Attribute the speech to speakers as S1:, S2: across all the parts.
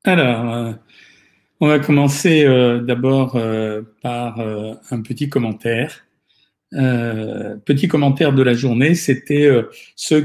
S1: Alors, on va commencer d'abord par un petit commentaire. Petit commentaire de la journée, c'était ceux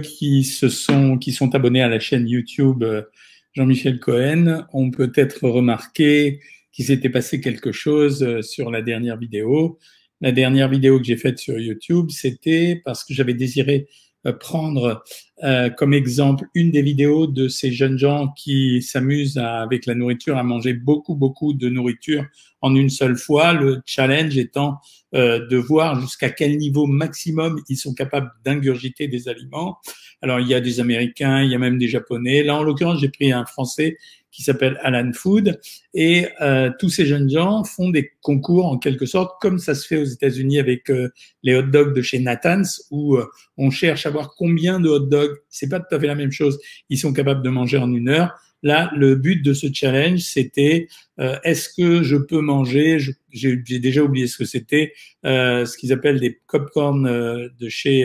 S1: qui sont abonnés à la chaîne YouTube Jean-Michel Cohen ont peut-être remarqué qu'il s'était passé quelque chose sur la dernière vidéo. La dernière vidéo que j'ai faite sur YouTube, c'était parce que j'avais désiré prendre comme exemple une des vidéos de ces jeunes gens qui s'amusent avec la nourriture à manger beaucoup de nourriture en une seule fois. Le challenge étant de voir jusqu'à quel niveau maximum ils sont capables d'ingurgiter des aliments. Alors, il y a des Américains, il y a même des Japonais. Là, en l'occurrence, j'ai pris un Français qui s'appelle Alan Food. Et tous ces jeunes gens font des concours, en quelque sorte, comme ça se fait aux États-Unis avec les hot dogs de chez Nathan's, où on cherche à voir combien de hot dogs, c'est pas tout à fait la même chose, ils sont capables de manger en une heure. Là, le but de ce challenge, c'était est-ce que je peux manger, j'ai déjà oublié ce que c'était, ce qu'ils appellent des popcorn de chez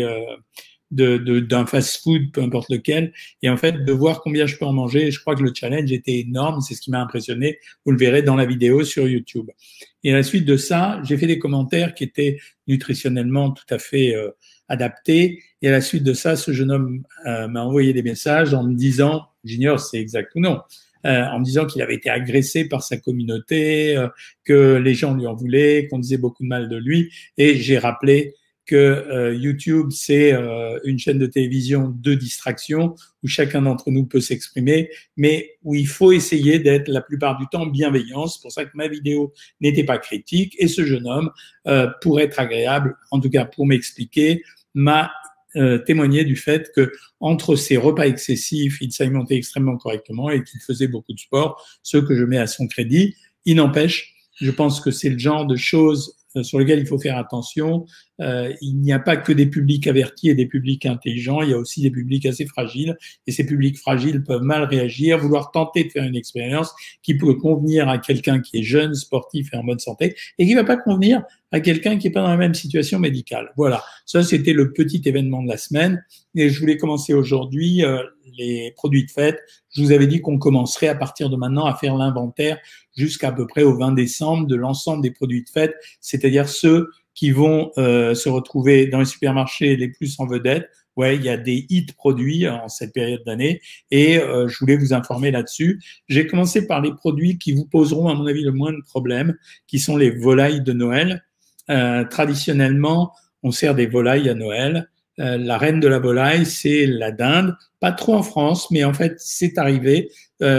S1: d'un fast-food, peu importe lequel, et en fait de voir combien je peux en manger. Et je crois que le challenge était énorme, c'est ce qui m'a impressionné. Vous le verrez dans la vidéo sur YouTube. Et à la suite de ça, j'ai fait des commentaires qui étaient nutritionnellement tout à fait adaptés. Et à la suite de ça, ce jeune homme m'a envoyé des messages en me disant, j'ignore si c'est exact ou non, en me disant qu'il avait été agressé par sa communauté, que les gens lui en voulaient, qu'on disait beaucoup de mal de lui. Et j'ai rappelé que YouTube, c'est une chaîne de télévision de distraction où chacun d'entre nous peut s'exprimer, mais où il faut essayer d'être la plupart du temps bienveillant. C'est pour ça que ma vidéo n'était pas critique. Et ce jeune homme, pour être agréable, en tout cas pour m'expliquer, m'a témoigné du fait que entre ses repas excessifs, il s'alimentait extrêmement correctement et qu'il faisait beaucoup de sport, ce que je mets à son crédit. Il n'empêche, je pense que c'est le genre de choses sur lesquelles il faut faire attention. Il n'y a pas que des publics avertis et des publics intelligents, il y a aussi des publics assez fragiles, et ces publics fragiles peuvent mal réagir, vouloir tenter de faire une expérience qui peut convenir à quelqu'un qui est jeune, sportif et en bonne santé, et qui ne va pas convenir à quelqu'un qui n'est pas dans la même situation médicale. Voilà, ça c'était le petit événement de la semaine, et je voulais commencer aujourd'hui les produits de fête. Je vous avais dit qu'on commencerait à partir de maintenant à faire l'inventaire jusqu'à peu près au 20 décembre de l'ensemble des produits de fête, c'est-à-dire ceux qui vont se retrouver dans les supermarchés les plus en vedette. Ouais, il y a des hits produits en cette période d'année et je voulais vous informer là-dessus. J'ai commencé par les produits qui vous poseront, à mon avis, le moins de problèmes, qui sont les volailles de Noël. Traditionnellement, on sert des volailles à Noël. La reine de la volaille, c'est la dinde. Pas trop en France, mais en fait, c'est arrivé.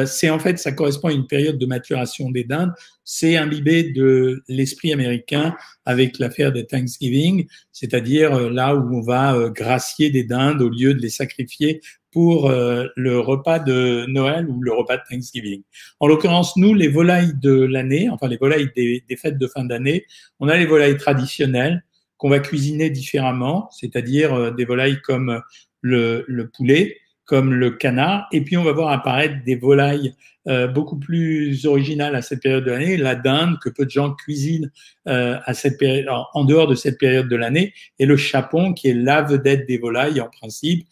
S1: Ça correspond à une période de maturation des dindes. C'est imbibé de l'esprit américain avec l'affaire de Thanksgiving, c'est-à-dire là où on va gracier des dindes au lieu de les sacrifier pour le repas de Noël ou le repas de Thanksgiving. En l'occurrence, nous, les volailles de l'année, enfin les volailles des fêtes de fin d'année, on a les volailles traditionnelles qu'on va cuisiner différemment, c'est-à-dire des volailles comme le poulet, comme le canard, et puis on va voir apparaître des volailles beaucoup plus originales à cette période de l'année, la dinde que peu de gens cuisinent à cette période, en dehors de cette période de l'année, et le chapon qui est la vedette des volailles en principe,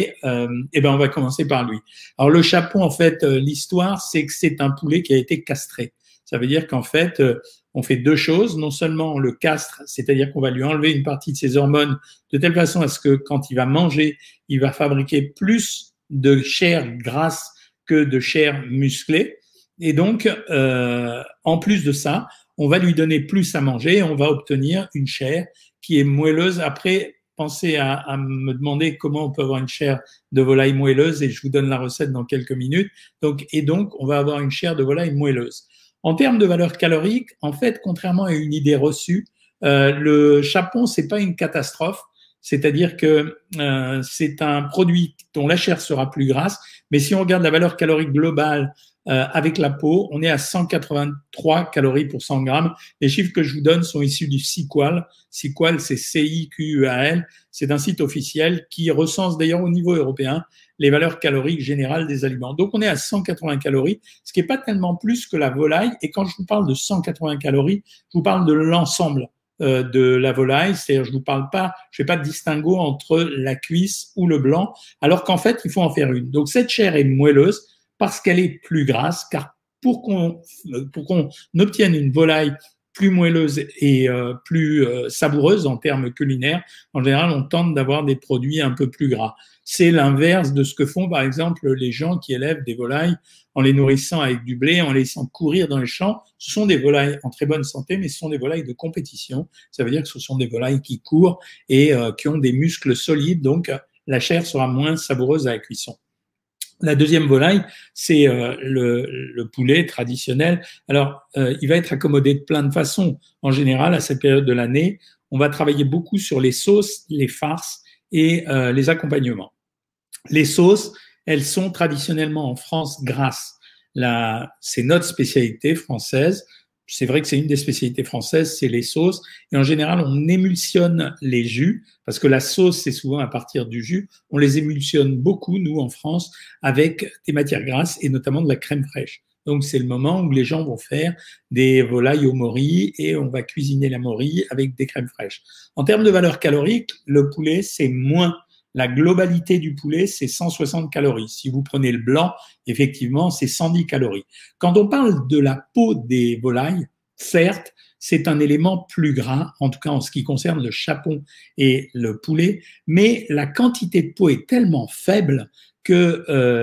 S1: et ben on va commencer par lui. Alors le chapon, en fait, l'histoire, c'est que c'est un poulet qui a été castré. Ça veut dire qu'en fait, on fait deux choses. Non seulement on le castre, c'est-à-dire qu'on va lui enlever une partie de ses hormones de telle façon à ce que quand il va manger, il va fabriquer plus de chair grasse que de chair musclée. Et donc, en plus de ça, on va lui donner plus à manger et on va obtenir une chair qui est moelleuse. Après, pensez à me demander comment on peut avoir une chair de volaille moelleuse et je vous donne la recette dans quelques minutes. Donc, on va avoir une chair de volaille moelleuse. En termes de valeur calorique, en fait, contrairement à une idée reçue, le chapon, c'est pas une catastrophe. C'est-à-dire que c'est un produit dont la chair sera plus grasse, mais si on regarde la valeur calorique globale avec la peau, on est à 183 calories pour 100 grammes. Les chiffres que je vous donne sont issus du Ciqual. Ciqual, c'est C-I-Q-U-A-L. C'est un site officiel qui recense d'ailleurs au niveau européen les valeurs caloriques générales des aliments. Donc on est à 180 calories, ce qui n'est pas tellement plus que la volaille. Et quand je vous parle de 180 calories, je vous parle de l'ensemble de la volaille, c'est-à-dire je vous parle pas, je fais pas de distinguo entre la cuisse ou le blanc, alors qu'en fait il faut en faire une. Donc cette chair est moelleuse parce qu'elle est plus grasse, car pour qu'on obtienne une volaille plus moelleuse et plus savoureuse en termes culinaires, en général, on tente d'avoir des produits un peu plus gras. C'est l'inverse de ce que font, par exemple, les gens qui élèvent des volailles en les nourrissant avec du blé, en les laissant courir dans les champs. Ce sont des volailles en très bonne santé, mais ce sont des volailles de compétition. Ça veut dire que ce sont des volailles qui courent et qui ont des muscles solides, donc la chair sera moins savoureuse à la cuisson. La deuxième volaille, c'est le poulet traditionnel. Alors, il va être accommodé de plein de façons. En général, à cette période de l'année, on va travailler beaucoup sur les sauces, les farces et les accompagnements. Les sauces, elles sont traditionnellement en France grasses. C'est notre spécialité française. C'est vrai que c'est une des spécialités françaises, c'est les sauces. Et en général, on émulsionne les jus, parce que la sauce, c'est souvent à partir du jus. On les émulsionne beaucoup, nous, en France, avec des matières grasses et notamment de la crème fraîche. Donc, c'est le moment où les gens vont faire des volailles au mori et on va cuisiner la mori avec des crèmes fraîches. En termes de valeur calorique, le poulet, c'est moins. La globalité du poulet, c'est 160 calories. Si vous prenez le blanc, effectivement, c'est 110 calories. Quand on parle de la peau des volailles, certes, c'est un élément plus gras, en tout cas en ce qui concerne le chapon et le poulet, mais la quantité de peau est tellement faible que,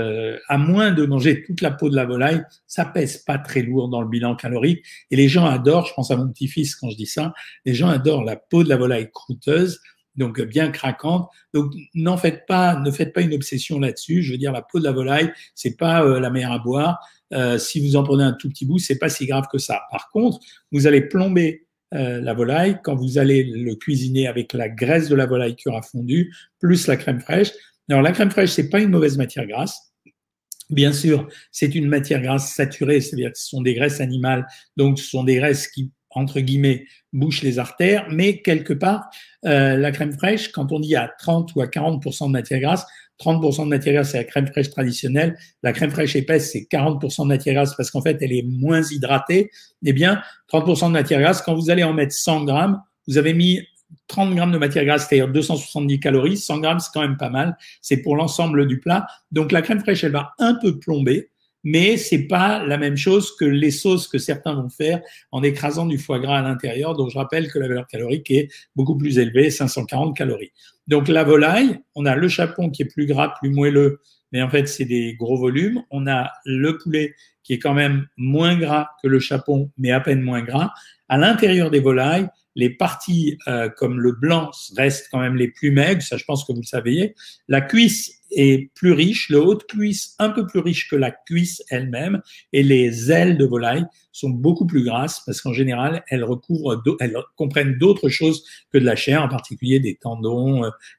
S1: à moins de manger toute la peau de la volaille, ça pèse pas très lourd dans le bilan calorique. Et les gens adorent, je pense à mon petit-fils quand je dis ça, les gens adorent la peau de la volaille croûteuse, donc bien craquante. Donc ne faites pas une obsession là-dessus. Je veux dire, la peau de la volaille, c'est pas la mer à boire. Si vous en prenez un tout petit bout, c'est pas si grave que ça. Par contre, vous allez plomber la volaille quand vous allez le cuisiner avec la graisse de la volaille qui aura fondu, plus la crème fraîche. Alors la crème fraîche, c'est pas une mauvaise matière grasse. Bien sûr, c'est une matière grasse saturée, c'est-à-dire que ce sont des graisses animales, donc ce sont des graisses qui, entre guillemets, bouchent les artères, mais quelque part, la crème fraîche, quand on dit à 30 ou à 40% de matière grasse, 30% de matière grasse, c'est la crème fraîche traditionnelle. La crème fraîche épaisse, c'est 40% de matière grasse parce qu'en fait, elle est moins hydratée. Eh bien, 30% de matière grasse, quand vous allez en mettre 100 grammes, vous avez mis 30 grammes de matière grasse, c'est-à-dire 270 calories. 100 grammes, c'est quand même pas mal. C'est pour l'ensemble du plat. Donc, la crème fraîche, elle va un peu plomber, mais c'est pas la même chose que les sauces que certains vont faire en écrasant du foie gras à l'intérieur. Donc, je rappelle que la valeur calorique est beaucoup plus élevée, 540 calories. Donc, la volaille, on a le chapon qui est plus gras, plus moelleux, mais en fait, c'est des gros volumes. On a le poulet qui est quand même moins gras que le chapon, mais à peine moins gras. À l'intérieur des volailles, les parties comme le blanc restent quand même les plus maigres, ça je pense que vous le savez. La cuisse est plus riche, le haut de cuisse un peu plus riche que la cuisse elle-même, et les ailes de volaille sont beaucoup plus grasses parce qu'en général elles comprennent d'autres choses que de la chair, en particulier des tendons,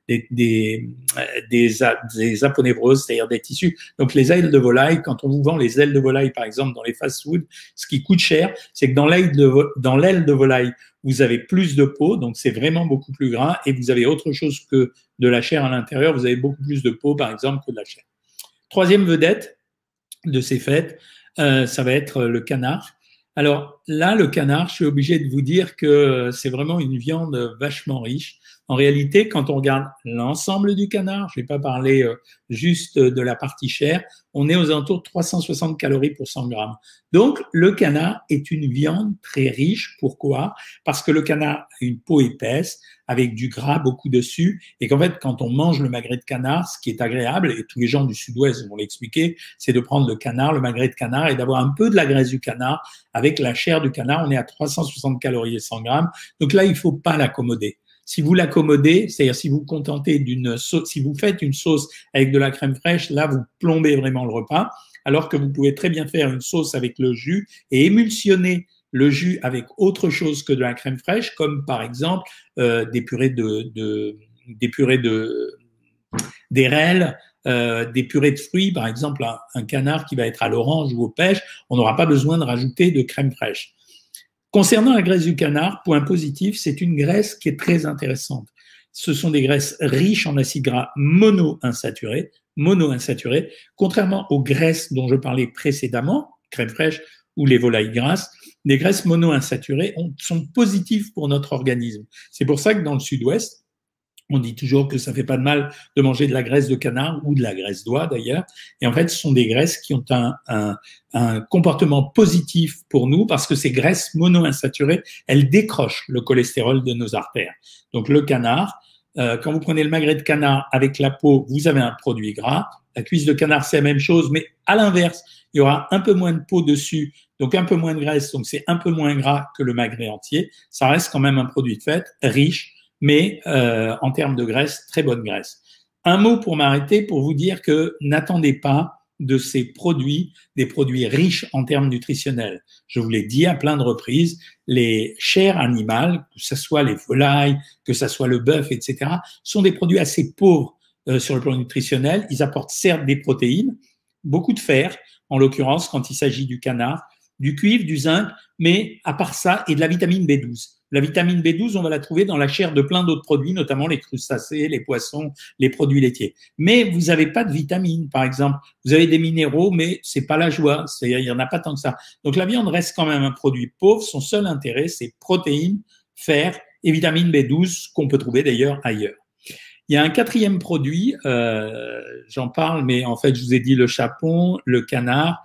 S1: des aponevroses, c'est-à-dire des tissus. Donc les ailes de volaille, quand on vous vend les ailes de volaille par exemple dans les fast-foods, ce qui coûte cher, c'est que dans l'aile de volaille vous avez plus de peau, donc c'est vraiment beaucoup plus gras, et vous avez autre chose que de la chair à l'intérieur, vous avez beaucoup plus de peau, par exemple, que de la chair. Troisième vedette de ces fêtes, ça va être le canard. Alors là, le canard, je suis obligé de vous dire que c'est vraiment une viande vachement riche. En réalité, quand on regarde l'ensemble du canard, je ne vais pas parler juste de la partie chair, on est aux alentours de 360 calories pour 100 grammes. Donc, le canard est une viande très riche. Pourquoi? Parce que le canard a une peau épaisse, avec du gras beaucoup dessus, et qu'en fait, quand on mange le magret de canard, ce qui est agréable, et tous les gens du sud-ouest vont l'expliquer, c'est de prendre le canard, le magret de canard, et d'avoir un peu de la graisse du canard avec la chair du canard. On est à 360 calories et 100 grammes. Donc là, il faut pas l'accommoder. Si vous l'accommodez, c'est-à-dire si vous contentez d'une sauce, si vous faites une sauce avec de la crème fraîche, là, vous plombez vraiment le repas, alors que vous pouvez très bien faire une sauce avec le jus et émulsionner le jus avec autre chose que de la crème fraîche, comme par exemple des purées d'érelles, des purées de fruits, par exemple un canard qui va être à l'orange ou au pêche, on n'aura pas besoin de rajouter de crème fraîche. Concernant la graisse du canard, point positif, c'est une graisse qui est très intéressante. Ce sont des graisses riches en acides gras monoinsaturés, contrairement aux graisses dont je parlais précédemment, crème fraîche ou les volailles grasses. Les graisses monoinsaturées sont positives pour notre organisme. C'est pour ça que dans le sud-ouest, On dit toujours que ça fait pas de mal de manger de la graisse de canard ou de la graisse d'oie d'ailleurs. Et en fait, ce sont des graisses qui ont un comportement positif pour nous parce que ces graisses monoinsaturées, elles décrochent le cholestérol de nos artères. Donc le canard, quand vous prenez le magret de canard avec la peau, vous avez un produit gras. La cuisse de canard, c'est la même chose, mais à l'inverse, il y aura un peu moins de peau dessus, donc un peu moins de graisse, donc c'est un peu moins gras que le magret entier. Ça reste quand même un produit de fête, riche, mais en termes de graisse, très bonne graisse. Un mot pour m'arrêter, pour vous dire que n'attendez pas de ces produits des produits riches en termes nutritionnels. Je vous l'ai dit à plein de reprises, les chairs animales, que ce soit les volailles, que ce soit le bœuf, etc., sont des produits assez pauvres sur le plan nutritionnel. Ils apportent certes des protéines, beaucoup de fer, en l'occurrence quand il s'agit du canard, du cuivre, du zinc, mais à part ça, et de la vitamine B12. La vitamine B12, on va la trouver dans la chair de plein d'autres produits, notamment les crustacés, les poissons, les produits laitiers. Mais vous n'avez pas de vitamines, par exemple. Vous avez des minéraux, mais c'est pas la joie. C'est-à-dire, il y en a pas tant que ça. Donc, la viande reste quand même un produit pauvre. Son seul intérêt, c'est protéines, fer et vitamine B12 qu'on peut trouver d'ailleurs ailleurs. Il y a un quatrième produit, j'en parle, mais en fait, je vous ai dit le chapon, le canard,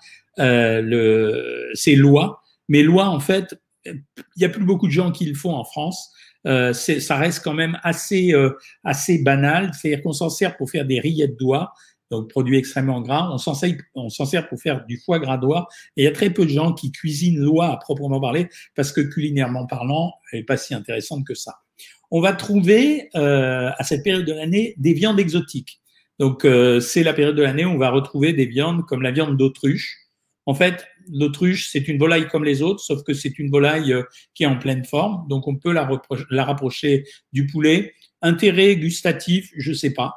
S1: c'est l'oie. Mais l'oie, en fait, il y a plus beaucoup de gens qui le font en France. Ça reste quand même assez banal. C'est-à-dire qu'on s'en sert pour faire des rillettes d'oie, donc produits extrêmement gras. On s'en sert pour faire du foie gras d'oie. Et il y a très peu de gens qui cuisinent l'oie à proprement parler, parce que culinairement parlant, elle n'est pas si intéressante que ça. On va trouver à cette période de l'année des viandes exotiques. Donc c'est la période de l'année où on va retrouver des viandes comme la viande d'autruche. En fait, l'autruche, c'est une volaille comme les autres, sauf que c'est une volaille qui est en pleine forme, donc on peut la rapprocher du poulet. Intérêt gustatif, je sais pas,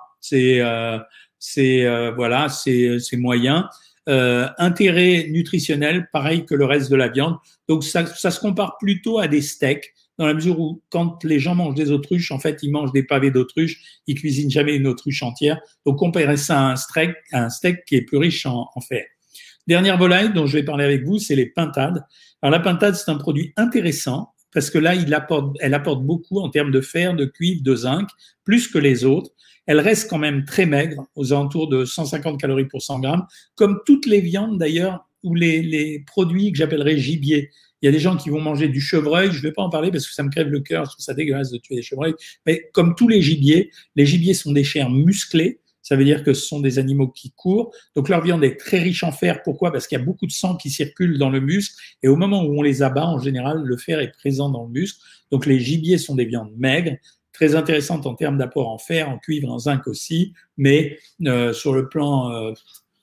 S1: voilà, c'est moyen. Intérêt nutritionnel, pareil que le reste de la viande. Donc ça se compare plutôt à des steaks, dans la mesure où quand les gens mangent des autruches, en fait, ils mangent des pavés d'autruche, ils cuisinent jamais une autruche entière. Donc comparer ça à un steak qui est plus riche en fer. Dernière volaille dont je vais parler avec vous, c'est les pintades. Alors la pintade, c'est un produit intéressant parce que là, elle apporte beaucoup en termes de fer, de cuivre, de zinc, plus que les autres. Elle reste quand même très maigre, aux alentours de 150 calories pour 100 grammes, comme toutes les viandes d'ailleurs, ou les produits que j'appellerais gibier. Il y a des gens qui vont manger du chevreuil, je ne vais pas en parler parce que ça me crève le cœur, je trouve ça dégueulasse de tuer des chevreuils, mais comme tous les gibiers sont des chairs musclées. Ça veut dire que ce sont des animaux qui courent. Donc leur viande est très riche en fer. Pourquoi? Parce qu'il y a beaucoup de sang qui circule dans le muscle. Et au moment où on les abat, en général, le fer est présent dans le muscle. Donc les gibiers sont des viandes maigres, très intéressantes en termes d'apport en fer, en cuivre, en zinc aussi. Mais sur le plan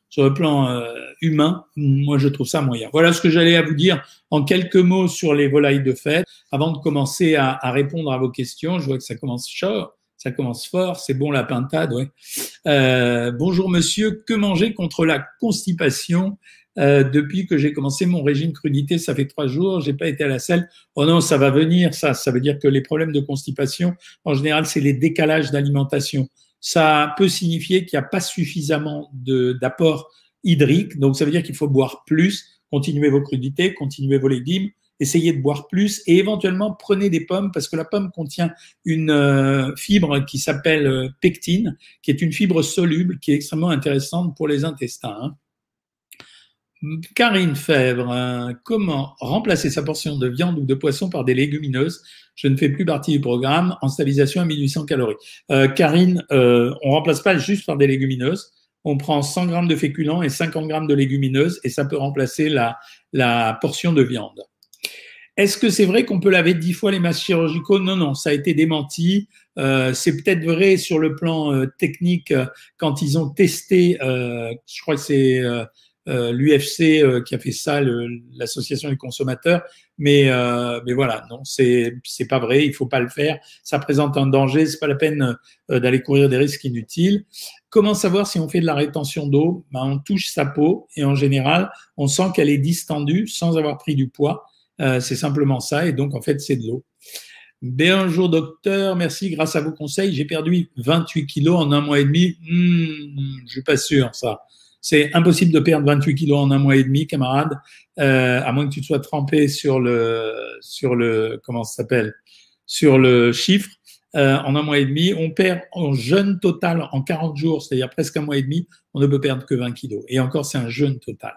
S1: humain, moi je trouve ça moyen. Voilà ce que j'allais à vous dire en quelques mots sur les volailles de fête. Avant de commencer à répondre à vos questions, je vois que ça commence chaud. Ça commence fort, c'est bon la pintade, ouais. Bonjour monsieur, que manger contre la constipation depuis que j'ai commencé mon régime crudité, ça fait 3 jours, j'ai pas été à la selle. Oh non, ça va venir, ça veut dire que les problèmes de constipation, en général, c'est les décalages d'alimentation. Ça peut signifier qu'il n'y a pas suffisamment d'apport hydrique, donc ça veut dire qu'il faut boire plus, continuer vos crudités, continuer vos légumes, essayez de boire plus et éventuellement prenez des pommes parce que la pomme contient une fibre qui s'appelle pectine, qui est une fibre soluble qui est extrêmement intéressante pour les intestins. Hein. Karine Fèvre, comment remplacer sa portion de viande ou de poisson par des légumineuses? Je ne fais plus partie du programme en stabilisation à 1800 calories. Karine, on remplace pas juste par des légumineuses. On prend 100 grammes de féculents et 50 grammes de légumineuses et ça peut remplacer la portion de viande. Est-ce que c'est vrai qu'on peut laver 10 fois les masses chirurgicaux? Non, non, ça a été démenti. C'est peut-être vrai sur le plan technique quand ils ont testé, je crois que c'est l'UFC qui a fait ça, l'association des consommateurs, mais voilà, non, c'est pas vrai, il faut pas le faire. Ça présente un danger, c'est pas la peine d'aller courir des risques inutiles. Comment savoir si on fait de la rétention d'eau? Ben, on touche sa peau et en général, on sent qu'elle est distendue sans avoir pris du poids. C'est simplement ça, et donc en fait c'est de l'eau. Bonjour docteur, merci, grâce à vos conseils, j'ai perdu 28 kilos en 1 mois et demi. Je suis pas sûr ça. C'est impossible de perdre 28 kilos en 1 mois et demi, camarade, à moins que tu te sois trempé sur le comment ça s'appelle, sur le chiffre. en un mois et demi. On perd en jeûne total en 40 jours, c'est-à-dire presque un mois et demi, on ne peut perdre que 20 kilos. Et encore, c'est un jeûne total.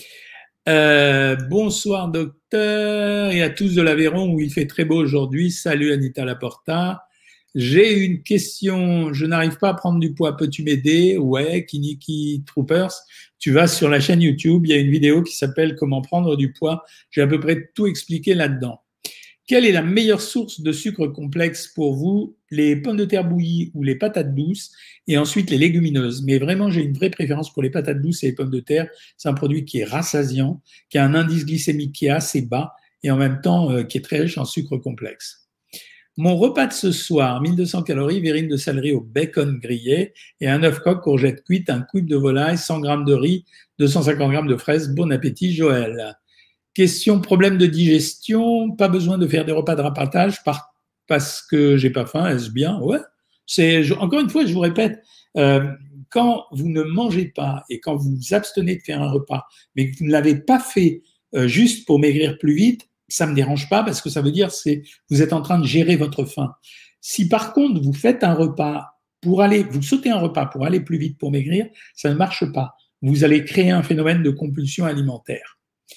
S1: Bonsoir docteur et à tous de l'Aveyron où il fait très beau aujourd'hui. Salut Anita Laporta. J'ai une question. Je n'arrive pas à prendre du poids. Peux-tu m'aider? Ouais, Kiniki Troopers. Tu vas sur la chaîne YouTube. Il y a une vidéo qui s'appelle Comment prendre du poids. J'ai à peu près tout expliqué là-dedans. Quelle est la meilleure source de sucre complexe pour vous? Les pommes de terre bouillies ou les patates douces et ensuite les légumineuses. Mais vraiment, j'ai une vraie préférence pour les patates douces et les pommes de terre. C'est un produit qui est rassasiant, qui a un indice glycémique qui est assez bas et en même temps qui est très riche en sucre complexe. Mon repas de ce soir, 1200 calories, verrine de céleri au bacon grillé et un œuf coq, courgette cuite, un cube de volaille, 100 g de riz, 250 g de fraises. Bon appétit, Joël. Question problème de digestion, pas besoin de faire des repas de rapatage parce que j'ai pas faim, est-ce bien? Ouais. Encore une fois, je vous répète, quand vous ne mangez pas et quand vous vous abstenez de faire un repas, mais que vous ne l'avez pas fait juste pour maigrir plus vite, ça me dérange pas parce que ça veut dire que vous êtes en train de gérer votre faim. Si par contre vous faites un repas vous sautez un repas pour aller plus vite pour maigrir, ça ne marche pas. Vous allez créer un phénomène de compulsion alimentaire.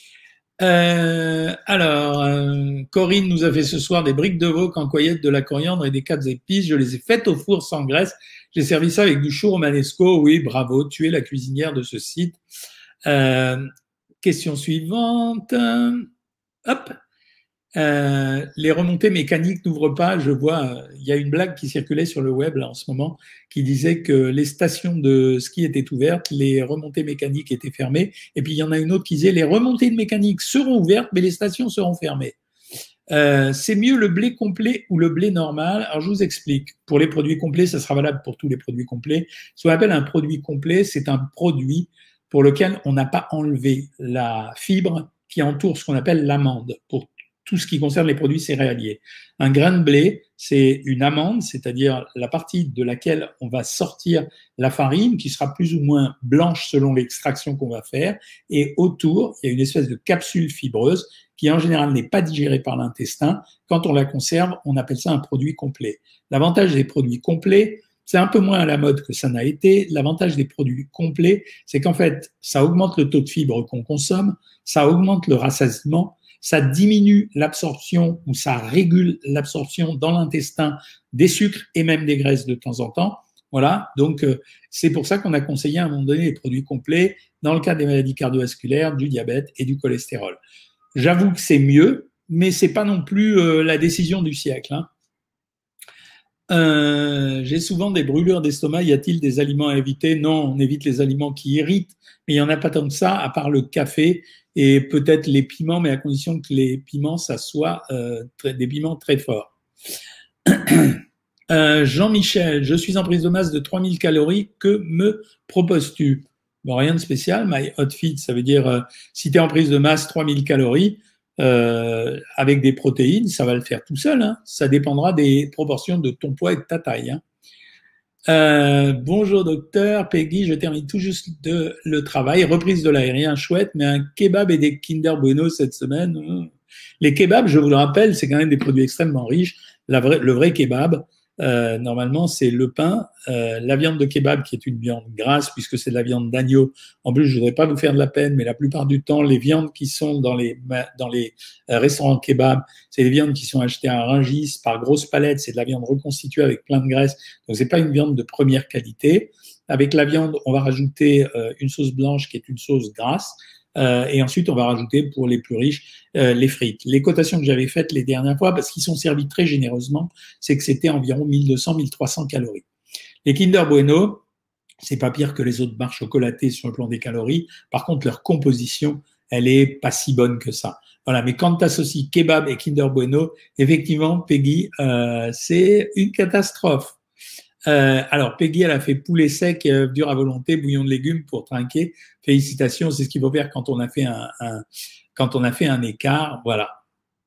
S1: Corinne nous a fait ce soir des briques de veau, cancoyettes, de la coriandre et des 4 épices. Je les ai faites au four sans graisse. J'ai servi ça avec du chou romanesco. Oui, bravo, tu es la cuisinière de ce site. Question suivante. Hop. Les remontées mécaniques n'ouvrent pas. Je vois, il y a une blague qui circulait sur le web là en ce moment qui disait que les stations de ski étaient ouvertes, les remontées mécaniques étaient fermées, et puis il y en a une autre qui disait les remontées de mécaniques seront ouvertes, mais les stations seront fermées. C'est mieux le blé complet ou le blé normal? Alors je vous explique. Pour les produits complets, ça sera valable pour tous les produits complets. Ce qu'on appelle un produit complet, c'est un produit pour lequel on n'a pas enlevé la fibre qui entoure ce qu'on appelle l'amande pour tout ce qui concerne les produits céréaliers. Un grain de blé, c'est une amande, c'est-à-dire la partie de laquelle on va sortir la farine, qui sera plus ou moins blanche selon l'extraction qu'on va faire, et autour, il y a une espèce de capsule fibreuse qui en général n'est pas digérée par l'intestin. Quand on la conserve, on appelle ça un produit complet. L'avantage des produits complets, c'est un peu moins à la mode que ça n'a été. L'avantage des produits complets, c'est qu'en fait, ça augmente le taux de fibres qu'on consomme, ça augmente le rassasiement, ça diminue l'absorption ou ça régule l'absorption dans l'intestin des sucres et même des graisses de temps en temps. Voilà, donc c'est pour ça qu'on a conseillé à un moment donné les produits complets dans le cas des maladies cardiovasculaires, du diabète et du cholestérol. J'avoue que c'est mieux, mais c'est pas non plus la décision du siècle. J'ai souvent des brûlures d'estomac. Y a-t-il des aliments à éviter? Non, on évite les aliments qui irritent, mais il y en a pas tant que ça, à part le café et peut-être les piments, mais à condition que les piments, ça soit des piments très forts. Jean-Michel, je suis en prise de masse de 3000 calories. Que me proposes-tu? Bon, rien de spécial. My hot feed, ça veut dire si tu es en prise de masse 3000 calories, avec des protéines, ça va le faire tout seul. Hein. Ça dépendra des proportions de ton poids et de ta taille. Hein. Bonjour docteur, Peggy, je termine tout juste le travail, reprise de l'aérien, chouette, mais un kebab et des Kinder Bueno cette semaine. Les kebabs, je vous le rappelle, c'est quand même des produits extrêmement riches. Le vrai kebab, normalement, c'est le pain, la viande de kebab qui est une viande grasse puisque c'est de la viande d'agneau. En plus, je voudrais pas vous faire de la peine, mais la plupart du temps, les viandes qui sont dans les restaurants kebab, c'est des viandes qui sont achetées à Rungis par grosses palettes. C'est de la viande reconstituée avec plein de graisse. Donc, c'est pas une viande de première qualité. Avec la viande, on va rajouter une sauce blanche qui est une sauce grasse. Et ensuite, on va rajouter pour les plus riches les frites. Les cotations que j'avais faites les dernières fois, parce qu'ils sont servis très généreusement, c'est que c'était environ 1200-1300 calories. Les Kinder Bueno, c'est pas pire que les autres barres chocolatées sur le plan des calories. Par contre, leur composition, elle est pas si bonne que ça. Voilà. Mais quand tu associes kebab et Kinder Bueno, effectivement, Peggy, c'est une catastrophe. Alors, Peggy, elle a fait poulet sec, dur à volonté, bouillon de légumes pour trinquer. Félicitations, c'est ce qu'il faut faire quand on a fait un écart. Voilà.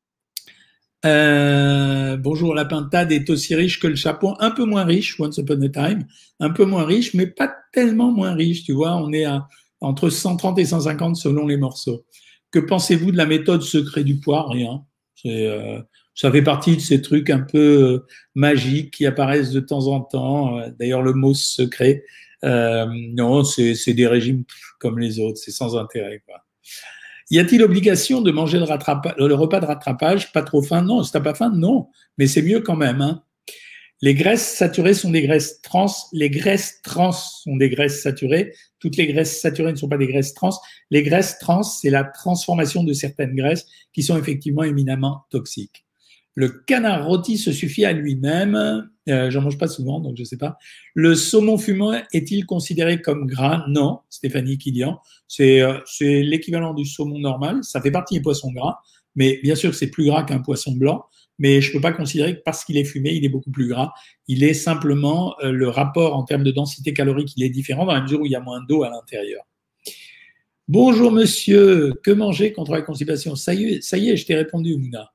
S1: Bonjour, la pintade est aussi riche que le chapon, un peu moins riche, once upon a time, un peu moins riche, mais pas tellement moins riche, tu vois, on est entre 130 et 150 selon les morceaux. Que pensez-vous de la méthode secret du poids? Rien. Ça fait partie de ces trucs un peu magiques qui apparaissent de temps en temps. D'ailleurs, le mot secret, non, c'est des régimes comme les autres, c'est sans intérêt, quoi. Y a-t-il obligation de manger le repas de rattrapage? Pas trop faim? Non. Si t'as pas faim, non. Mais c'est mieux quand même, hein. Les graisses saturées sont des graisses trans. Les graisses trans sont des graisses saturées. Toutes les graisses saturées ne sont pas des graisses trans. Les graisses trans, c'est la transformation de certaines graisses qui sont effectivement éminemment toxiques. Le canard rôti se suffit à lui-même. J'en mange pas souvent, donc je sais pas. Le saumon fumant est-il considéré comme gras? Non, Stéphanie Kilian. C'est l'équivalent du saumon normal. Ça fait partie des poissons gras, mais bien sûr c'est plus gras qu'un poisson blanc. Mais je ne peux pas considérer que parce qu'il est fumé, il est beaucoup plus gras. Il est simplement le rapport en termes de densité calorique, il est différent dans la mesure où il y a moins d'eau à l'intérieur. Bonjour monsieur, que manger contre la constipation? Ça y est, je t'ai répondu, Mouna.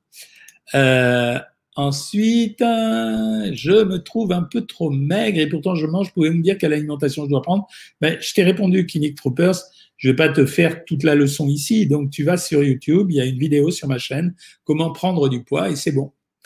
S1: Ensuite, je me trouve un peu trop maigre et pourtant je mange. Pouvez-vous me dire quelle alimentation je dois prendre? Ben, je t'ai répondu, Clinic Troopers. Je vais pas te faire toute la leçon ici. Donc, tu vas sur YouTube. Il y a une vidéo sur ma chaîne. Comment prendre du poids et c'est bon.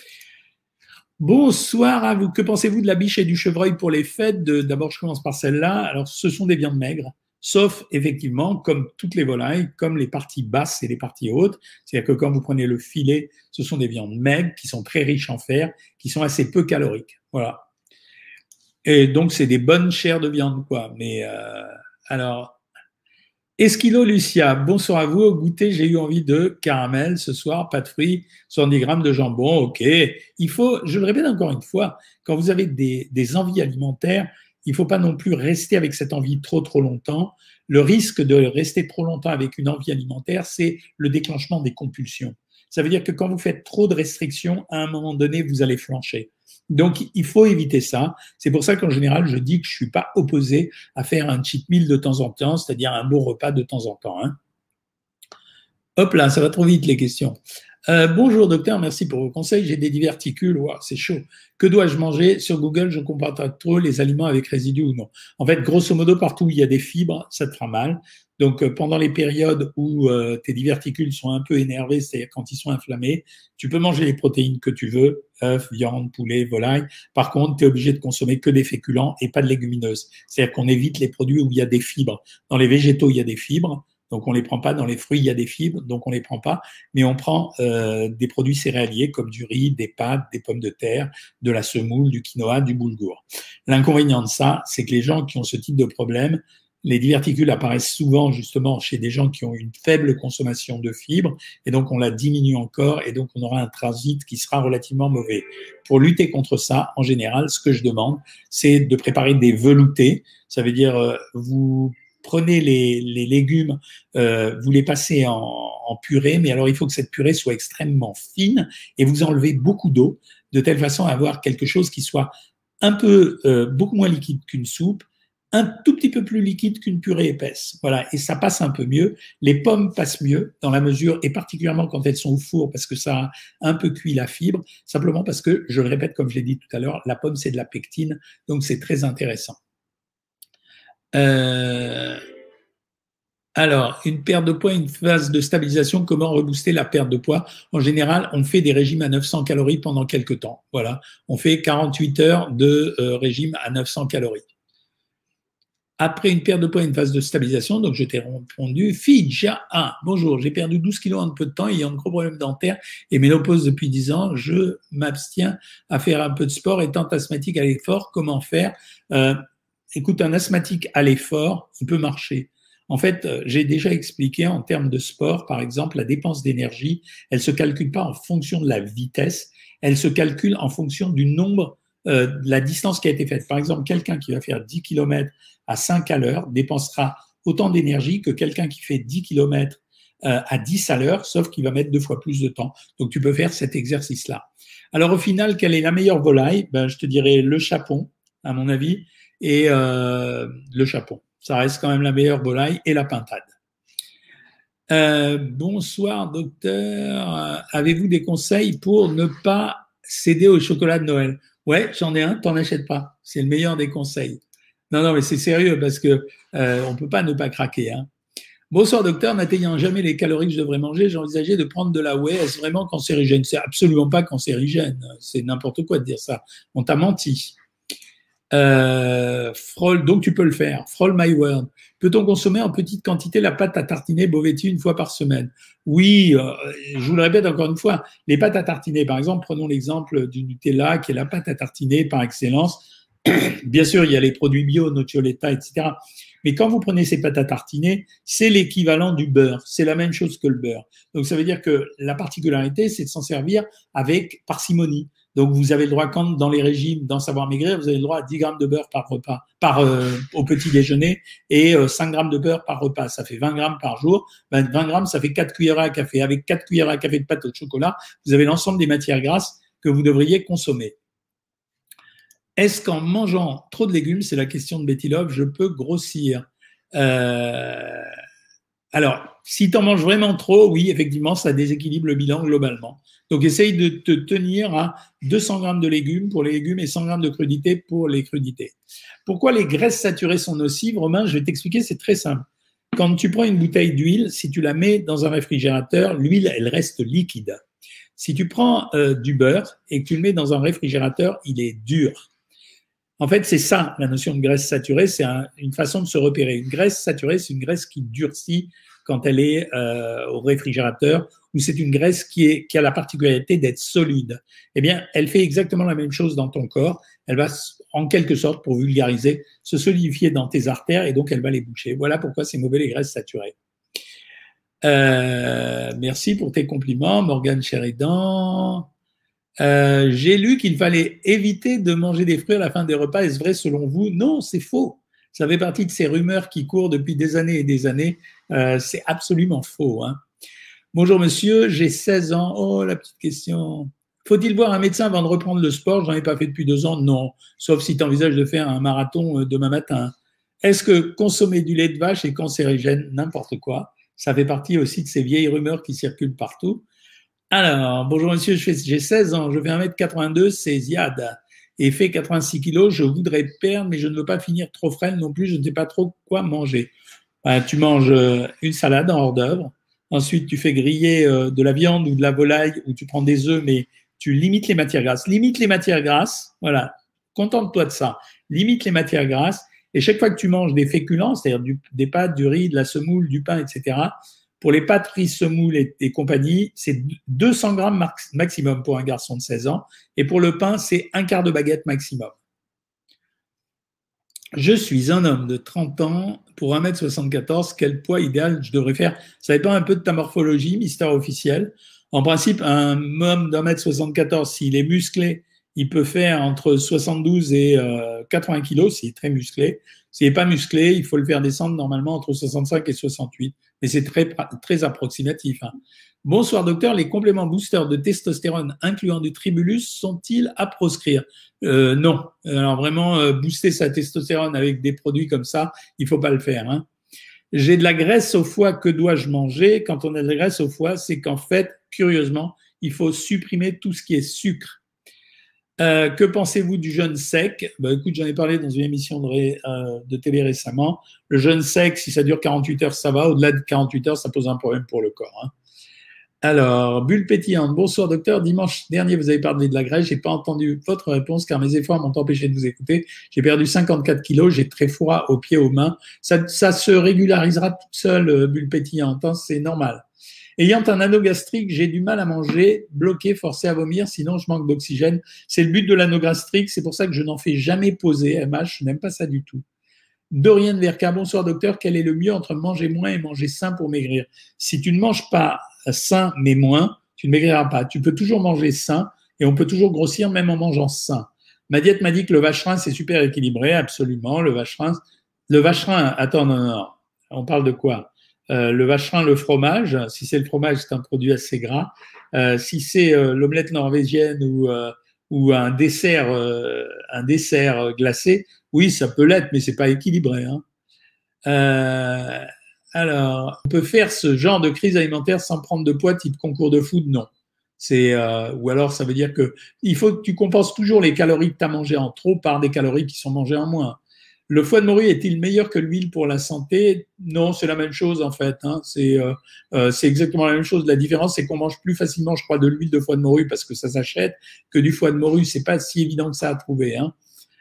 S1: Bonsoir à vous. Que pensez-vous de la biche et du chevreuil pour les fêtes? D'abord, je commence par celle-là. Alors, ce sont des viandes maigres. Sauf, effectivement, comme toutes les volailles, comme les parties basses et les parties hautes. C'est-à-dire que quand vous prenez le filet, ce sont des viandes maigres qui sont très riches en fer, qui sont assez peu caloriques. Voilà. Et donc, c'est des bonnes chairs de viande, quoi. Mais, alors, Esquilo Lucia, bonsoir à vous. Au goûter, j'ai eu envie de caramel ce soir, pas de fruits, 70 grammes de jambon, ok. Il faut, je le répète encore une fois, quand vous avez des envies alimentaires, il ne faut pas non plus rester avec cette envie trop longtemps. Le risque de rester trop longtemps avec une envie alimentaire, c'est le déclenchement des compulsions. Ça veut dire que quand vous faites trop de restrictions, à un moment donné, vous allez flancher. Donc, il faut éviter ça. C'est pour ça qu'en général, je dis que je suis pas opposé à faire un cheat meal de temps en temps, c'est-à-dire un bon repas de temps en temps, hein. Hop là, ça va trop vite les questions. Bonjour docteur, merci pour vos conseils. J'ai des diverticules, wow, c'est chaud. Que dois-je manger? Sur Google, je ne comprends pas trop les aliments avec résidus ou non. En fait, grosso modo, partout où il y a des fibres, ça te fera mal. Donc, pendant les périodes où tes diverticules sont un peu énervés, c'est-à-dire quand ils sont inflammés, tu peux manger les protéines que tu veux, œufs, viande, poulet, volaille. Par contre, tu es obligé de consommer que des féculents et pas de légumineuses. C'est-à-dire qu'on évite les produits où il y a des fibres. Dans les végétaux, il y a des fibres. Donc on les prend pas. Dans les fruits, il y a des fibres, donc on les prend pas. Mais on prend des produits céréaliers comme du riz, des pâtes, des pommes de terre, de la semoule, du quinoa, du boulgour. L'inconvénient de ça, c'est que les gens qui ont ce type de problème, les diverticules apparaissent souvent justement chez des gens qui ont une faible consommation de fibres, et donc on la diminue encore, et donc on aura un transit qui sera relativement mauvais. Pour lutter contre ça, en général, ce que je demande, c'est de préparer des veloutés. Ça veut dire vous prenez les légumes, vous les passez en purée, mais alors il faut que cette purée soit extrêmement fine et vous enlevez beaucoup d'eau de telle façon à avoir quelque chose qui soit un peu beaucoup moins liquide qu'une soupe, un tout petit peu plus liquide qu'une purée épaisse. Voilà, et ça passe un peu mieux. Les pommes passent mieux dans la mesure, et particulièrement quand elles sont au four, parce que ça a un peu cuit la fibre, simplement parce que, je le répète comme je l'ai dit tout à l'heure, la pomme c'est de la pectine, donc c'est très intéressant. Alors, une perte de poids, une phase de stabilisation, comment rebooster la perte de poids? En général, on fait des régimes à 900 calories pendant quelques temps. Voilà, on fait 48 heures de régime à 900 calories. Après une perte de poids et une phase de stabilisation, donc je t'ai répondu, Fidja, bonjour, j'ai perdu 12 kilos en peu de temps, ayant de gros problèmes dentaires et ménopause depuis 10 ans, je m'abstiens à faire un peu de sport, étant asthmatique à l'effort, comment faire? Écoute, un asthmatique à l'effort, il peut marcher. En fait, j'ai déjà expliqué en termes de sport, par exemple, la dépense d'énergie, elle se calcule pas en fonction de la vitesse, elle se calcule en fonction du nombre, de la distance qui a été faite. Par exemple, quelqu'un qui va faire 10 km à 5 à l'heure dépensera autant d'énergie que quelqu'un qui fait 10 km à 10 à l'heure, sauf qu'il va mettre 2 fois plus de temps. Donc, tu peux faire cet exercice-là. Alors, au final, quelle est la meilleure volaille? Ben, je te dirais le chapon, à mon avis, et le chapon. Ça reste quand même la meilleure volaille, et la pintade. Bonsoir, docteur. Avez-vous des conseils pour ne pas céder au chocolat de Noël? Ouais, j'en ai un, t'en achètes pas. C'est le meilleur des conseils. Non, mais c'est sérieux parce que on peut pas ne pas craquer, hein. Bonsoir docteur, n'atteignant jamais les calories que je devrais manger, j'ai envisagé de prendre de la whey. Est-ce vraiment cancérigène? C'est absolument pas cancérigène. C'est n'importe quoi de dire ça. On t'a menti. Frol, donc tu peux le faire. Frol My World. Peut-on consommer en petite quantité la pâte à tartiner Bovetti une fois par semaine? Oui, je vous le répète encore une fois, les pâtes à tartiner, par exemple, prenons l'exemple du Nutella, qui est la pâte à tartiner par excellence. Bien sûr, il y a les produits bio, Noccioletta, etc. Mais quand vous prenez ces pâtes à tartiner, c'est l'équivalent du beurre. C'est la même chose que le beurre. Donc, ça veut dire que la particularité, c'est de s'en servir avec parcimonie. Donc, vous avez le droit, quand dans les régimes, dans Savoir Maigrir, vous avez le droit à 10 grammes de beurre par repas, au petit déjeuner, et 5 grammes de beurre par repas. Ça fait 20 grammes par jour. 20 grammes, ça fait 4 cuillères à café. Avec 4 cuillères à café de pâte au chocolat, vous avez l'ensemble des matières grasses que vous devriez consommer. Est-ce qu'en mangeant trop de légumes, c'est la question de Betty Love, je peux grossir? Alors, si tu en manges vraiment trop, oui, effectivement, ça déséquilibre le bilan globalement. Donc, essaye de te tenir à 200 grammes de légumes pour les légumes et 100 grammes de crudités pour les crudités. Pourquoi les graisses saturées sont nocives, Romain? Je vais t'expliquer, c'est très simple. Quand tu prends une bouteille d'huile, si tu la mets dans un réfrigérateur, l'huile, elle reste liquide. Si tu prends du beurre et que tu le mets dans un réfrigérateur, il est dur. En fait, c'est ça, la notion de graisse saturée, c'est une façon de se repérer. Une graisse saturée, c'est une graisse qui durcit quand elle est au réfrigérateur, ou c'est une graisse qui a la particularité d'être solide. Eh bien, elle fait exactement la même chose dans ton corps. Elle va, en quelque sorte, pour vulgariser, se solidifier dans tes artères et donc elle va les boucher. Voilà pourquoi c'est mauvais les graisses saturées. Merci pour tes compliments, Morgane Sheridan. J'ai lu qu'il fallait éviter de manger des fruits à la fin des repas. Est-ce vrai selon vous? Non, c'est faux. Ça fait partie de ces rumeurs qui courent depuis des années et des années. C'est absolument faux. Hein. Bonjour monsieur, j'ai 16 ans. Oh, la petite question. Faut-il voir un médecin avant de reprendre le sport? J'en ai pas fait depuis 2 ans. Non, sauf si tu envisages de faire un marathon demain matin. Est-ce que consommer du lait de vache est cancérigène? N'importe quoi. Ça fait partie aussi de ces vieilles rumeurs qui circulent partout. Alors, bonjour monsieur, j'ai 16 ans, je fais 1m82, c'est Ziad, et fait 86 kilos, je voudrais perdre, mais je ne veux pas finir trop frêle non plus, je ne sais pas trop quoi manger. Tu manges une salade en hors d'œuvre, ensuite tu fais griller de la viande ou de la volaille, ou tu prends des œufs, mais tu limites les matières grasses. Limite les matières grasses, voilà, contente-toi de ça. Limite les matières grasses, et chaque fois que tu manges des féculents, c'est-à-dire des pâtes, du riz, de la semoule, du pain, etc., pour les pâtes, riz, semoule et compagnie, c'est 200 grammes maximum pour un garçon de 16 ans. Et pour le pain, c'est un quart de baguette maximum. Je suis un homme de 30 ans pour 1m74. Quel poids idéal je devrais faire? Ça dépend un peu de ta morphologie, mystère officiel. En principe, un homme d'1m74, s'il est musclé, il peut faire entre 72 et 80 kilos, s'il est très musclé. S'il n'est pas musclé, il faut le faire descendre normalement entre 65 et 68. Mais c'est très, très approximatif. Hein. Bonsoir docteur, les compléments boosters de testostérone incluant du tribulus sont-ils à proscrire? Non. Alors vraiment, booster sa testostérone avec des produits comme ça, il faut pas le faire. Hein. J'ai de la graisse au foie, que dois-je manger? Quand on a de la graisse au foie, c'est qu'en fait, curieusement, il faut supprimer tout ce qui est sucre. Que pensez-vous du jeûne sec? Écoute, j'en ai parlé dans une émission de télé récemment. Le jeûne sec, si ça dure 48 heures, ça va. Au-delà de 48 heures, ça pose un problème pour le corps. Hein. Alors, bulle pétillante. Bonsoir docteur. Dimanche dernier, vous avez parlé de la graisse. J'ai pas entendu votre réponse car mes efforts m'ont empêché de vous écouter. J'ai perdu 54 kilos. J'ai très froid aux pieds, aux mains. Ça se régularisera toute seule, bulle pétillante. Hein, c'est normal. Ayant un anneau gastrique, j'ai du mal à manger, bloqué, forcé à vomir, sinon je manque d'oxygène. C'est le but de l'anneau gastrique, c'est pour ça que je n'en fais jamais poser, MH, je n'aime pas ça du tout. Dorian Verka, bonsoir docteur, quel est le mieux entre manger moins et manger sain pour maigrir? Si tu ne manges pas sain mais moins, tu ne maigriras pas. Tu peux toujours manger sain et on peut toujours grossir même en mangeant sain. Ma diète m'a dit que le vacherin c'est super équilibré, absolument. Le vacherin, attends, non, on parle de quoi? Le vacherin, le fromage, si c'est le fromage, c'est un produit assez gras. Si c'est l'omelette norvégienne ou un dessert glacé, oui, ça peut l'être, mais c'est pas équilibré. Hein. Alors, on peut faire ce genre de crise alimentaire sans prendre de poids, type concours de foot? Non. Ou alors ça veut dire que il faut que tu compenses toujours les calories que tu as mangées en trop par des calories qui sont mangées en moins. Le foie de morue est-il meilleur que l'huile pour la santé? Non, c'est la même chose en fait. Hein. C'est exactement la même chose. La différence, c'est qu'on mange plus facilement, je crois, de l'huile de foie de morue parce que ça s'achète que du foie de morue. C'est pas si évident que ça à trouver. Hein.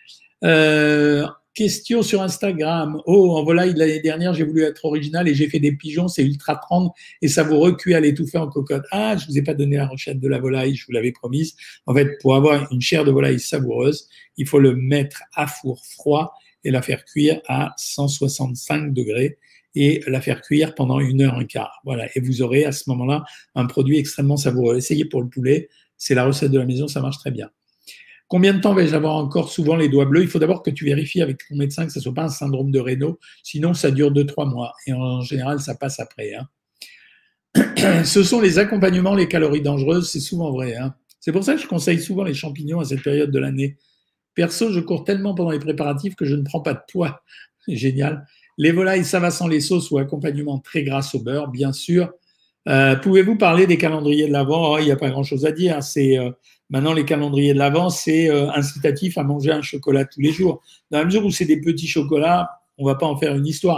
S1: Question sur Instagram. Oh, en volaille, l'année dernière, j'ai voulu être original et j'ai fait des pigeons, c'est ultra tendre et savoureux, cuit à l'étouffer en cocotte. Ah, je vous ai pas donné la recette de la volaille, je vous l'avais promise. En fait, pour avoir une chair de volaille savoureuse, il faut le mettre à four froid et la faire cuire à 165 degrés et la faire cuire pendant 1 heure 1 quart. Voilà. Et vous aurez à ce moment-là un produit extrêmement savoureux. Essayez pour le poulet. C'est la recette de la maison, ça marche très bien. Combien de temps vais-je avoir encore souvent les doigts bleus? Il faut d'abord que tu vérifies avec ton médecin que ce ne soit pas un syndrome de Raynaud. Sinon, ça dure 2-3 mois. Et en général, ça passe après. Hein. Ce sont les accompagnements, les calories dangereuses. C'est souvent vrai. Hein. C'est pour ça que je conseille souvent les champignons à cette période de l'année. Perso, je cours tellement pendant les préparatifs que je ne prends pas de poids. Génial. Les volailles, ça va sans les sauces ou accompagnement très gras au beurre, bien sûr. Pouvez-vous parler des calendriers de l'Avent? Oh, il n'y a pas grand-chose à dire. Maintenant, les calendriers de l'Avent, c'est incitatif à manger un chocolat tous les jours. Dans la mesure où c'est des petits chocolats, on ne va pas en faire une histoire.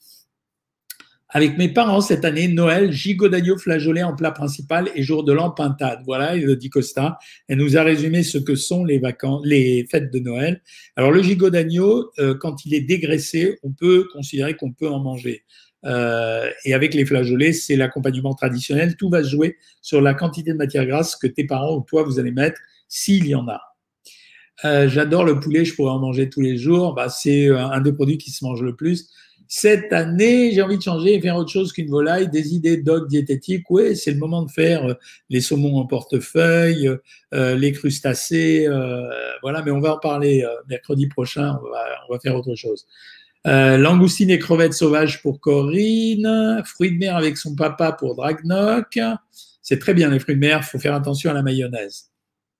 S1: Avec mes parents, cette année, Noël, gigot d'agneau flageolet en plat principal et jour de l'an pintade. Voilà, Elodie Costa. Elle nous a résumé ce que sont les fêtes de Noël. Alors, le gigot d'agneau, quand il est dégraissé, on peut considérer qu'on peut en manger. Et avec les flageolets, c'est l'accompagnement traditionnel. Tout va se jouer sur la quantité de matière grasse que tes parents ou toi, vous allez mettre, s'il y en a. J'adore le poulet, je pourrais en manger tous les jours. Bah, c'est un des produits qui se mange le plus. Cette année, j'ai envie de changer et faire autre chose qu'une volaille, des idées doc diététiques. Oui, c'est le moment de faire les saumons en portefeuille, les crustacés, voilà, mais on va en parler mercredi prochain, on va faire autre chose. Langoustine et crevettes sauvages pour Corinne, fruits de mer avec son papa pour Dragnoc. C'est très bien les fruits de mer, il faut faire attention à la mayonnaise.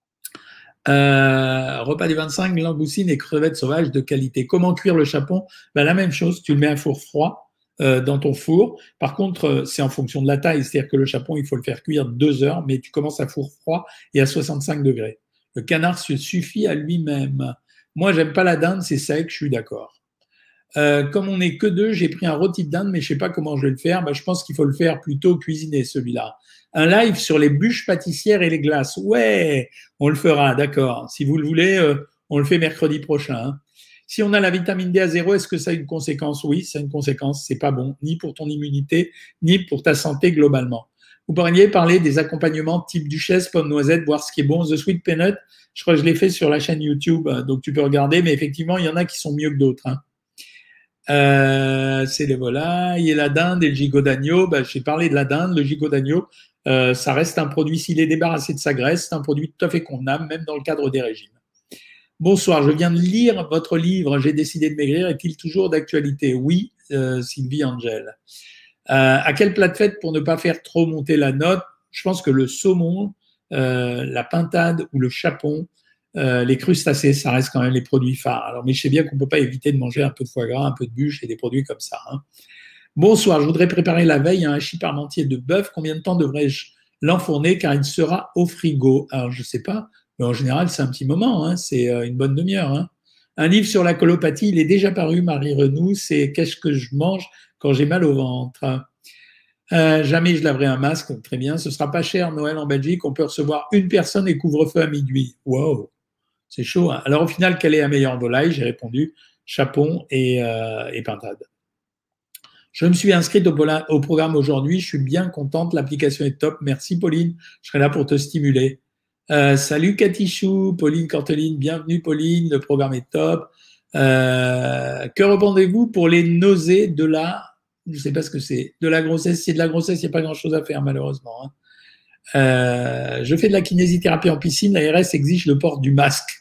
S1: Repas du 25, langoustine et crevettes sauvages de qualité. Comment cuire le chapon? Ben, la même chose, tu le mets à four froid dans ton four. Par contre, c'est en fonction de la taille, c'est-à-dire que le chapon, il faut le faire cuire 2 heures, mais tu commences à four froid et à 65 degrés. Le canard se suffit à lui-même. Moi, j'aime pas la dinde, c'est sec, je suis d'accord. Comme on n'est que 2, j'ai pris un rôti de dinde, mais je sais pas comment je vais le faire. Ben, je pense qu'il faut le faire plutôt cuisiner, celui-là. Un live sur les bûches pâtissières et les glaces. Ouais, on le fera, d'accord. Si vous le voulez, on le fait mercredi prochain. Hein. Si on a la vitamine D à 0, est-ce que ça a une conséquence? Oui, ça a une conséquence. C'est pas bon, ni pour ton immunité, ni pour ta santé globalement. Vous pourriez parler des accompagnements type duchesse, pomme noisette, voir ce qui est bon. The Sweet Peanut, je crois que je l'ai fait sur la chaîne YouTube, donc tu peux regarder, mais effectivement, il y en a qui sont mieux que d'autres. Hein. C'est les volailles et la dinde et le gigot d'agneau. Ben, j'ai parlé de la dinde, le gigot d'agneau. Ça reste un produit, s'il est débarrassé de sa graisse, c'est un produit tout à fait convenable, même dans le cadre des régimes. Bonsoir, je viens de lire votre livre, J'ai décidé de maigrir, est-il toujours d'actualité? Oui, Sylvie Angel. À quel plat de fête pour ne pas faire trop monter la note? Je pense que le saumon, la pintade ou le chapon, les crustacés, ça reste quand même les produits phares. Alors, mais je sais bien qu'on ne peut pas éviter de manger un peu de foie gras, un peu de bûche et des produits comme ça. Hein. Bonsoir, je voudrais préparer la veille un hachis parmentier de bœuf. Combien de temps devrais-je l'enfourner car il sera au frigo? Alors, je ne sais pas, mais en général, c'est un petit moment, hein, c'est une bonne demi-heure. Hein. Un livre sur la colopathie, il est déjà paru, Marie Renoux, c'est Qu'est-ce que je mange quand j'ai mal au ventre? Jamais je laverai un masque, très bien. Ce sera pas cher, Noël en Belgique, on peut recevoir une personne et couvre-feu à minuit. Wow, c'est chaud. Hein. Alors au final, quelle est la meilleure volaille? J'ai répondu chapon et pintade. Je me suis inscrite au programme aujourd'hui. Je suis bien contente. L'application est top. Merci, Pauline. Je serai là pour te stimuler. Salut, Katichou. Pauline Corteline. Bienvenue, Pauline. Le programme est top. Que répondez-vous pour les nausées de la... Je ne sais pas ce que c'est. De la grossesse. C'est de la grossesse. Il n'y a pas grand-chose à faire, malheureusement. Hein. Je fais de la kinésithérapie en piscine. L'ARS exige le port du masque.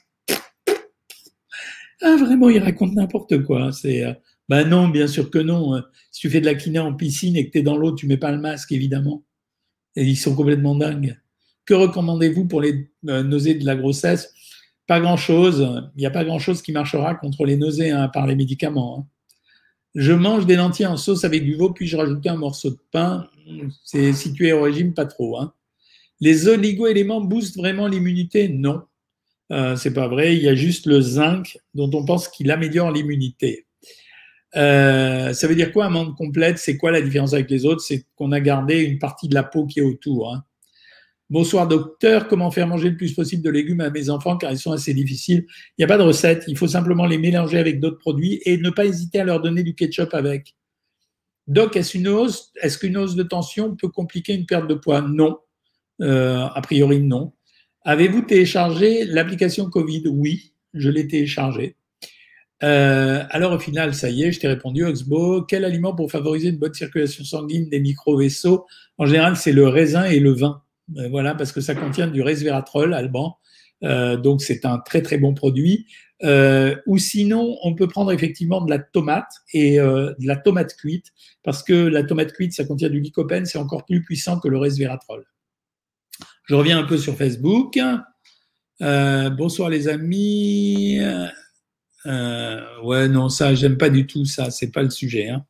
S1: Ah, vraiment, il raconte n'importe quoi. Ben non, bien sûr que non. Si tu fais de la kiné en piscine et que tu es dans l'eau, tu mets pas le masque, évidemment. Et ils sont complètement dingues. Que recommandez-vous pour les nausées de la grossesse? Pas grand-chose. Il n'y a pas grand-chose qui marchera contre les nausées, hein, à part les médicaments. Hein. Je mange des lentilles en sauce avec du veau, puis je rajoute un morceau de pain. C'est, si tu es au régime, pas trop. Hein. Les oligo-éléments boostent vraiment l'immunité? Non. C'est pas vrai. Il y a juste le zinc dont on pense qu'il améliore l'immunité. Ça veut dire quoi, amande complète? C'est quoi la différence avec les autres? C'est qu'on a gardé une partie de la peau qui est autour. Hein. Bonsoir docteur, comment faire manger le plus possible de légumes à mes enfants car ils sont assez difficiles? Il n'y a pas de recette, il faut simplement les mélanger avec d'autres produits et ne pas hésiter à leur donner du ketchup avec. Doc, est-ce qu'une hausse de tension peut compliquer une perte de poids? Non, a priori non. Avez-vous téléchargé l'application Covid? Oui, je l'ai téléchargée. Alors au final, ça y est, je t'ai répondu, Oxbo. Quel aliment pour favoriser une bonne circulation sanguine des micro-vaisseaux? En général, c'est le raisin et le vin. Voilà, parce que ça contient du resveratrol, Alban. Donc c'est un très très bon produit. Ou sinon, on peut prendre effectivement de la tomate et de la tomate cuite, parce que la tomate cuite, ça contient du lycopène, c'est encore plus puissant que le resveratrol. Je reviens un peu sur Facebook. Bonsoir les amis. Ouais, non, ça, j'aime pas du tout ça, c'est pas le sujet. Hein.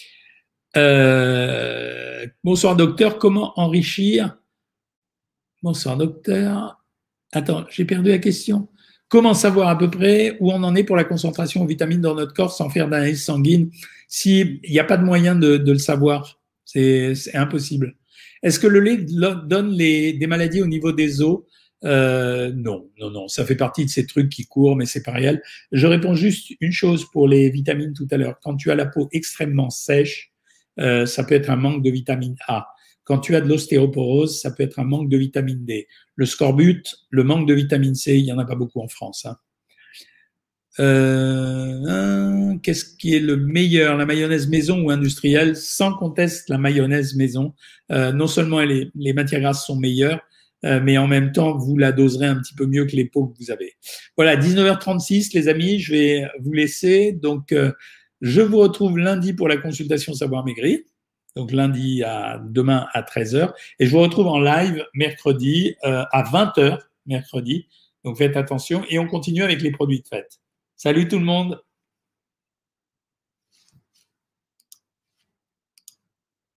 S1: Bonsoir docteur, comment enrichir? Bonsoir docteur. Attends, j'ai perdu la question. Comment savoir à peu près où on en est pour la concentration en vitamines dans notre corps sans faire d'analyse sanguine? S'il n'y a pas de moyen de le savoir, c'est impossible. Est-ce que le lait donne des maladies au niveau des os? Non, non, non, ça fait partie de ces trucs qui courent, mais c'est pas réel. Je réponds juste une chose pour les vitamines tout à l'heure. Quand tu as la peau extrêmement sèche, ça peut être un manque de vitamine A. Quand tu as de l'ostéoporose, ça peut être un manque de vitamine D. Le scorbut, le manque de vitamine C, il n'y en a pas beaucoup en France. Hein. Qu'est-ce qui est le meilleur, la mayonnaise maison ou industrielle? Sans conteste, la mayonnaise maison. Non seulement les matières grasses sont meilleures, mais en même temps, vous la doserez un petit peu mieux que les pots que vous avez. Voilà, 19h36, les amis, je vais vous laisser. Donc, je vous retrouve lundi pour la consultation Savoir Maigrir. Donc, lundi demain à 13h. Et je vous retrouve en live mercredi à 20h, mercredi. Donc, faites attention. Et on continue avec les produits de fête. Salut tout le monde!